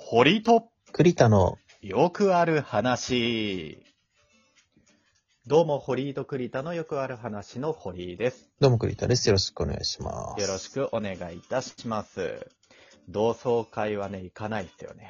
堀と栗田のよくある話。どうも、堀井と栗田のよくある話の堀井です。 どうも栗田です。よろしくお願いします。 よろしくお願いいたします。同窓会はね、行かないですよね。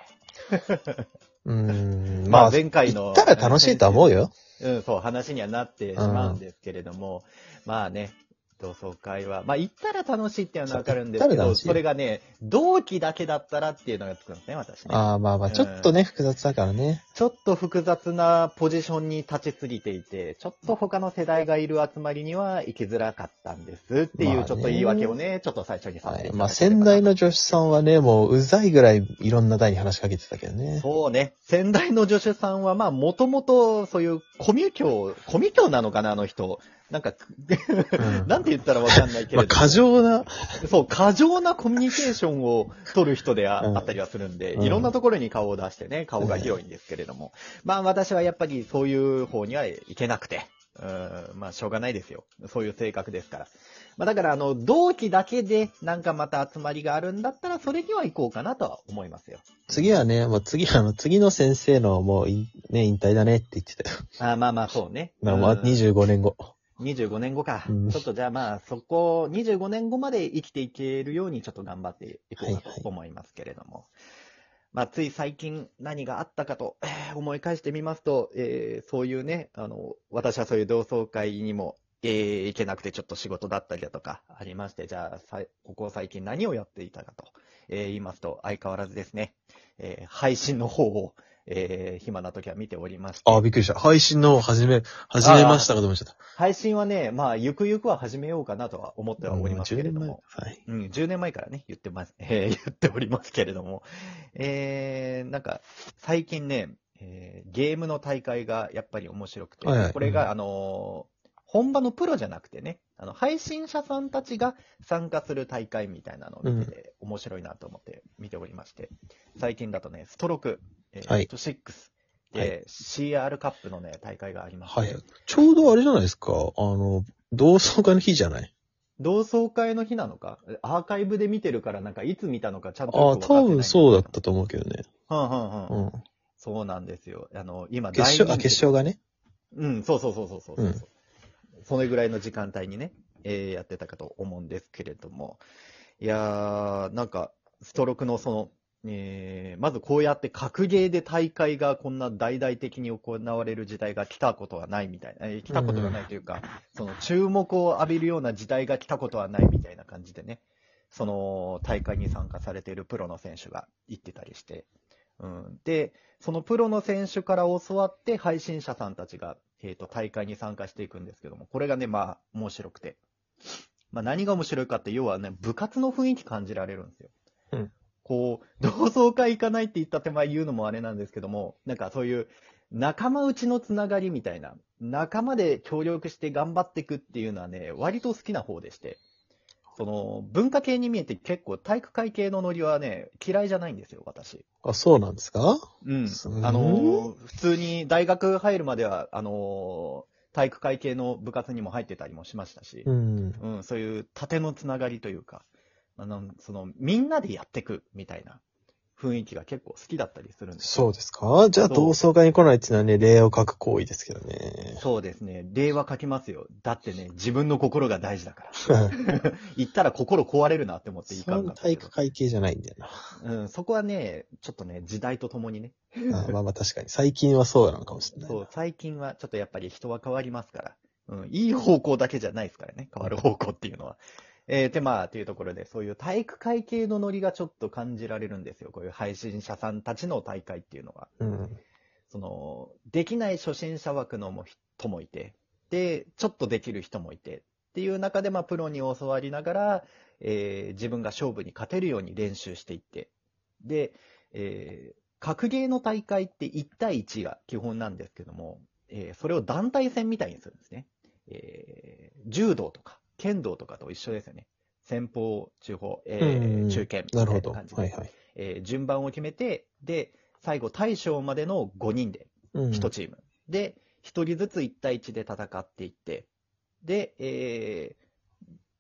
まあ前回の行ったら楽しいとは思うよ。 そう、話にはなってしまうんですけれども、まあね、同窓会は、まあ行ったら楽しいっていうのはわかるんですけど、それがね、同期だけだったらっていうのがつくんですね、私ね。 ちょっとね、複雑だからね。 ちょっと複雑なポジションに立ちすぎていて、ちょっと他の世代がいる集まりには行きづらかったんですっていうちょっと言い訳をね、ちょっと最初にさせていただきました。 まあ先代の女子さんはね、もううざいぐらいいろんな代に話しかけてたけどね。 そうね。先代の助手さんはまあもともとそういうコミュ教なのかな、あの人。なんか、なんて言ったらわかんないけれども。 過剰なコミュニケーションを取る人であったりはするんで、いろんなところに顔を出してね、顔が広いんですけれども。まあ私はやっぱりそういう方にはいけなくて、まあしょうがないですよ。そういう性格ですから。まあだから同期だけでなんかまた集まりがあるんだったら、それには行こうかなとは思いますよ。 次はね、もう次の先生のもうね、引退だねって言ってたよ。 まあそうね。 まあ25年後。 25年後か。ちょっとじゃあまあそこ、25年後まで生きていけるようにちょっと頑張っていこうかと思いますけれども。まあつい最近何があったかと思い返してみますと、そういうね、私はそういう同窓会にも行けなくてちょっと仕事だったりだとかありまして、じゃあここ最近何をやっていたかと、言いますと相変わらずですね、配信の方を暇な時は見ておりまして。 びっくりした。配信の始めましたかと思っちゃった。 配信はね、まあ、ゆくゆくは始めようかなとは思ってはおりますけれども。10年前からね、言っておりますけれども。なんか、最近ね、ゲームの大会がやっぱり面白くて、これが、本場のプロじゃなくてね、配信者さんたちが参加する大会みたいなのを見てて、面白いなと思って見ておりまして、最近だとね、ストローク、6で、CR カップのね、大会がありまして、 ちょうどあれじゃないですか、同窓会の日じゃない？ 同窓会の日なのかアーカイブで見てるからなんかいつ見たのかちゃんとよく分かってない。 多分そうだったと思うけどね。 そうなんですよ。今決勝がね。 そう。それぐらいの時間帯にね、やってたかと思うんですけれども。いやー、なんか、ストロークのまずこうやって格ゲーで大会がこんな大々的に行われる時代が来たことはないみたいな、来たことがないというか、その注目を浴びるような時代が来たことはないみたいな感じでね、その大会に参加されているプロの選手が言ってたりして、で、そのプロの選手から教わって配信者さんたちが、大会に参加していくんですけども、これがね、まあ面白くて、まあ何が面白いかって要はね、部活の雰囲気感じられるんですよ。こう、同窓会行かないって言った手前言うのもあれなんですけども、なんかそういう仲間内のつながりみたいな、仲間で協力して頑張っていくっていうのはね、割と好きな方でして、その、文化系に見えて結構体育会系のノリはね、嫌いじゃないんですよ、私。 そうなんですか？ 普通に大学入るまでは、体育会系の部活にも入ってたりもしましたし、そういう縦のつながりというか、みんなでやってくみたいな雰囲気が結構好きだったりするんです。 そうですか？じゃあ同窓会に来ないっていうのはね、礼を書く行為ですけどね。 そうですね。礼は書きますよ。だってね、自分の心が大事だから。言ったら心壊れるなって思っていいかんか。 体育会系じゃないんだよな。そこはね、ちょっとね、時代とともにね。 まあ確かに。最近はそうなのかもしれない。 そう、最近はちょっとやっぱり人は変わりますから。いい方向だけじゃないですからね。変わる方向っていうのは。まあ、というところで、そういう体育会系のノリがちょっと感じられるんですよ。こういう配信者さんたちの大会っていうのは。できない初心者枠の人もいて、で、ちょっとできる人もいて、っていう中で、まあ、プロに教わりながら、自分が勝負に勝てるように練習していって、で、格ゲーの大会って1対1が基本なんですけども、それを団体戦みたいにするんですね。柔道とか、剣道とかと一緒ですよね。先鋒、中鋒、中堅みたいな感じで、順番を決めて、で、最後大将までの5人で1チーム、で1人ずつ1対1で戦っていって、で、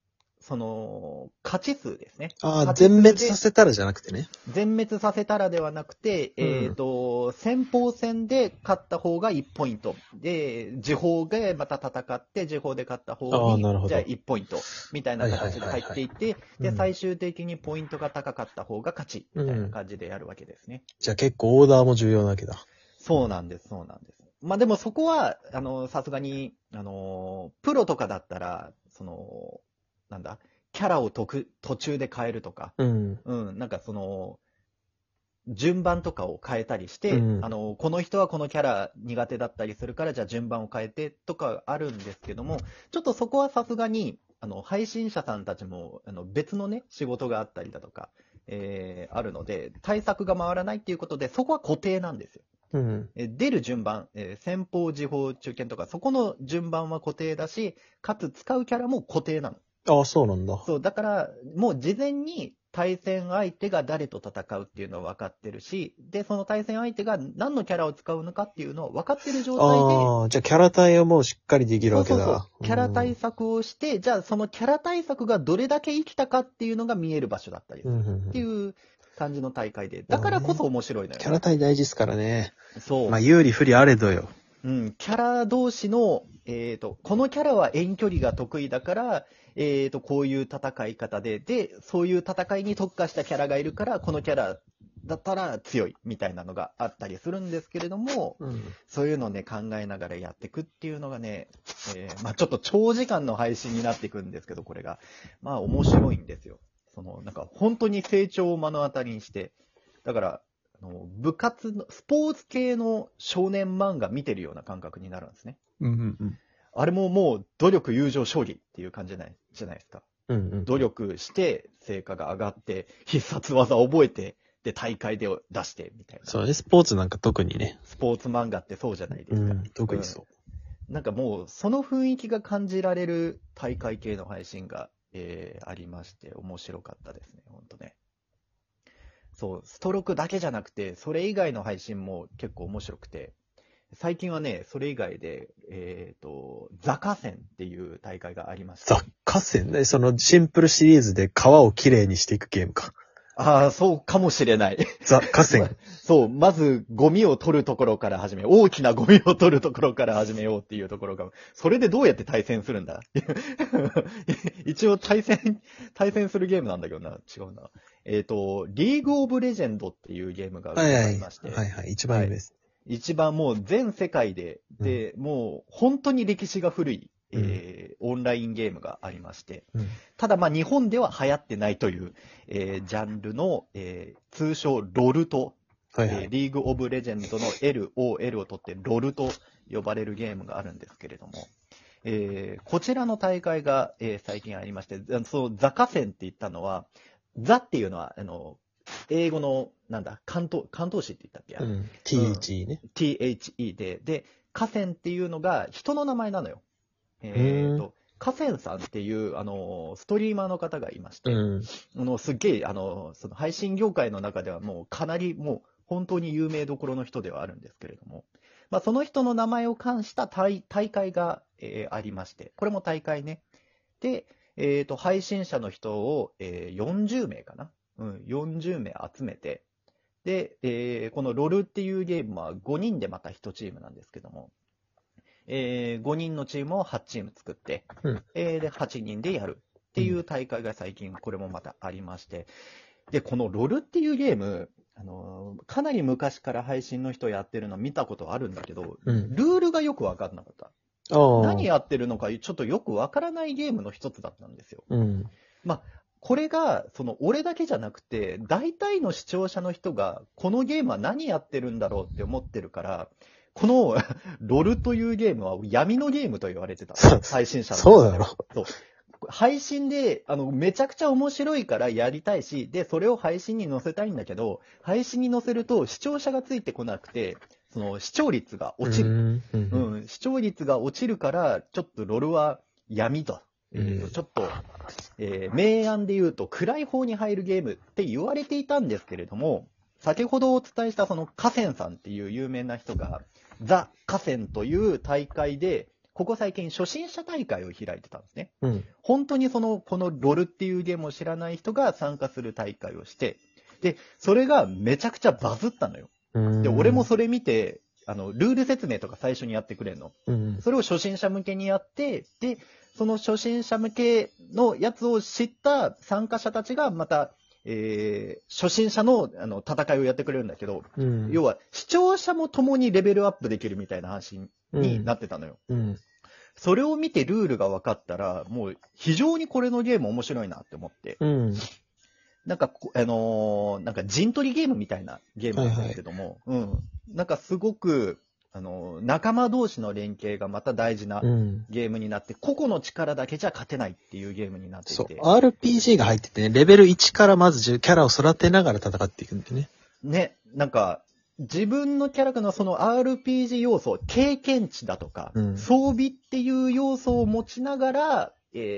勝ち数ですね。 全滅させたらじゃなくてね。 全滅させたらではなくて、先鋒戦で勝った方が1ポイント。で、時報でまた戦って、時報で勝った方に、じゃあ1ポイント。みたいな形で入っていって、で、最終的にポイントが高かった方が勝ち。みたいな感じでやるわけですね。 じゃあ結構オーダーも重要なわけだ。 そうなんです。まあでもそこは、さすがに、プロとかだったら、なんだ、キャラを途中で変えるとか、なんか順番とかを変えたりして、この人はこのキャラ苦手だったりするから、じゃあ順番を変えてとかあるんですけども、ちょっとそこはさすがに、配信者さんたちも、別のね、仕事があったりだとか、あるので、対策が回らないっていうことで、そこは固定なんですよ。出る順番、先鋒、時報、中堅とか、そこの順番は固定だし、かつ使うキャラも固定なの。 そうなんだ。 そう、だから、もう事前に対戦相手が誰と戦うっていうのは分かってるし、で、その対戦相手が何のキャラを使うのかっていうのを分かってる状態で。 じゃあキャラ対応もしっかりできるわけだ。 そうキャラ対策をして、じゃあそのキャラ対策がどれだけ生きたかっていうのが見える場所だったりするっていう感じの大会で、だからこそ面白いのよ、ね。 キャラ対大事ですからね。 そう。 まあ有利不利あれどよ。 キャラ同士の、このキャラは遠距離が得意だから、こういう戦い方で、そういう戦いに特化したキャラがいるから、このキャラだったら強いみたいなのがあったりするんですけれども、そういうのをね、考えながらやっていくっていうのがね、まあちょっと長時間の配信になっていくんですけど、これが。まあ面白いんですよ。なんか本当に成長を目の当たりにして、だから、部活の、スポーツ系の少年漫画見てるような感覚になるんですね。あれももう努力、友情、勝利っていう感じじゃないですか。努力して成果が上がって、必殺技を覚えて、で、大会で出して、みたいな。 そうね、スポーツなんか特にね。 スポーツ漫画ってそうじゃないですか。 特にそう。 なんかもう、その雰囲気が感じられる大会系の配信が、ありまして、面白かったですね、ほんとね。そう、ストロークだけじゃなくて、それ以外の配信も結構面白くて、最近はね、それ以外で、ザカセンっていう大会がありました。 ザカセンね、そのシンプルシリーズで川をきれいにしていくゲームか。 ああ、そうかもしれない。 ザカセン。 そう、まずゴミを取るところから始め、大きなゴミを取るところから始めようっていうところが、それでどうやって対戦するんだ一応対戦するゲームなんだけどな、違うな。リーグオブレジェンドっていうゲームがありまして。 一番有名です。 一番もう全世界で、もう本当に歴史が古い、オンラインゲームがありまして、ただまあ日本では流行ってないという、ジャンルの、通称ロルと、リーグオブレジェンドの LOL を取ってロルと呼ばれるゲームがあるんですけれども、こちらの大会が、最近ありまして、そのザカセンって言ったのは、ザっていうのは、英語の、関東詞って言ったっけ、 ?THE ね。 THE で、河川っていうのが人の名前なのよ。河川さんっていう、ストリーマーの方がいまして、すっげえ、その配信業界の中ではもうかなりもう本当に有名どころの人ではあるんですけれども、まあ、その人の名前を冠した大会が、ありまして、これも大会ね。で、配信者の人を、40名かな。40名集めて、で、このロルっていうゲームは5人でまた1チームなんですけども、5人のチームを8チーム作って、で、8人でやるっていう大会が最近これもまたありまして、で、このロルっていうゲーム、かなり昔から配信の人やってるの見たことあるんだけど、ルールがよくわかんなかった。何やってるのかちょっとよくわからないゲームの一つだったんですよ。まあこれが、俺だけじゃなくて、大体の視聴者の人が、このゲームは何やってるんだろうって思ってるから、この、ロルというゲームは闇のゲームと言われてた。配信者の。 そうだろ。 そう。配信で、めちゃくちゃ面白いからやりたいし、で、それを配信に載せたいんだけど、配信に載せると視聴者がついてこなくて、視聴率が落ちる。視聴率が落ちるから、ちょっとロルは闇と。ちょっと、明暗で言うと暗い方に入るゲームって言われていたんですけれども、先ほどお伝えしたその河川さんっていう有名な人が、ザ・河川という大会で、 ここ最近初心者大会を開いてたんですね。 うん。 本当にこのロールっていうゲームを知らない人が参加する大会をして、で、それがめちゃくちゃバズったのよ。で、俺もそれ見て、ルール説明とか最初にやってくれるの。 うん。 それを初心者向けにやって、で、その初心者向けのやつを知った参加者たちがまた、初心者の戦いをやってくれるんだけど、 うん。 要は視聴者も共にレベルアップできるみたいな話になってたのよ。 うん。 それを見てルールが分かったら、もう非常にこれのゲーム面白いなって思って。 うん。 なんか、なんか陣取りゲームみたいなゲームなんですけども、うん。なんかすごく、仲間同士の連携がまた大事なゲームになって、個々の力だけじゃ勝てないっていうゲームになっていて。 そう。RPG が入っててね、レベル1からまずキャラを育てながら戦っていくんでね。 ね、なんか、自分のキャラクターのその RPG 要素、経験値だとか、装備っていう要素を持ちながら、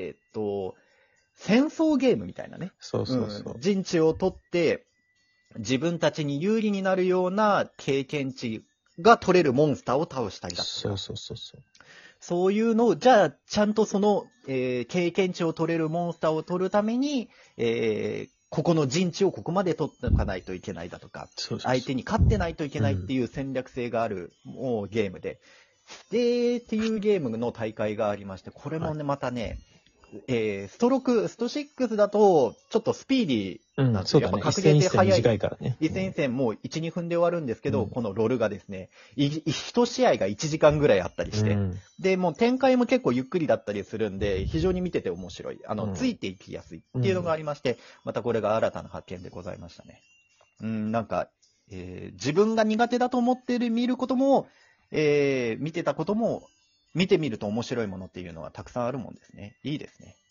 戦争ゲームみたいなね。 そうそうそう。 陣地を取って、自分たちに有利になるような経験値が取れるモンスターを倒したりだとか。 そうそうそうそう。 そういうのを、じゃあ、ちゃんとその、経験値を取れるモンスターを取るために、ここの陣地をここまで取っておかないといけないだとか、相手に勝ってないといけないっていう戦略性がある、もうゲームで。で、っていうゲームの大会がありまして、これもね、またね、スト6だと、ちょっとスピーディーなんですよ。やっぱ格ゲーって早い。 短いからね。 一戦一戦もう1、2分で終わるんですけど、このロールがですね、一試合が1時間ぐらいあったりして、で、もう展開も結構ゆっくりだったりするんで、非常に見てて面白い。ついていきやすいっていうのがありまして、またこれが新たな発見でございましたね。なんか、自分が苦手だと思って見ることも、見てたことも、見てみると面白いものっていうのはたくさんあるもんですね。いいですね。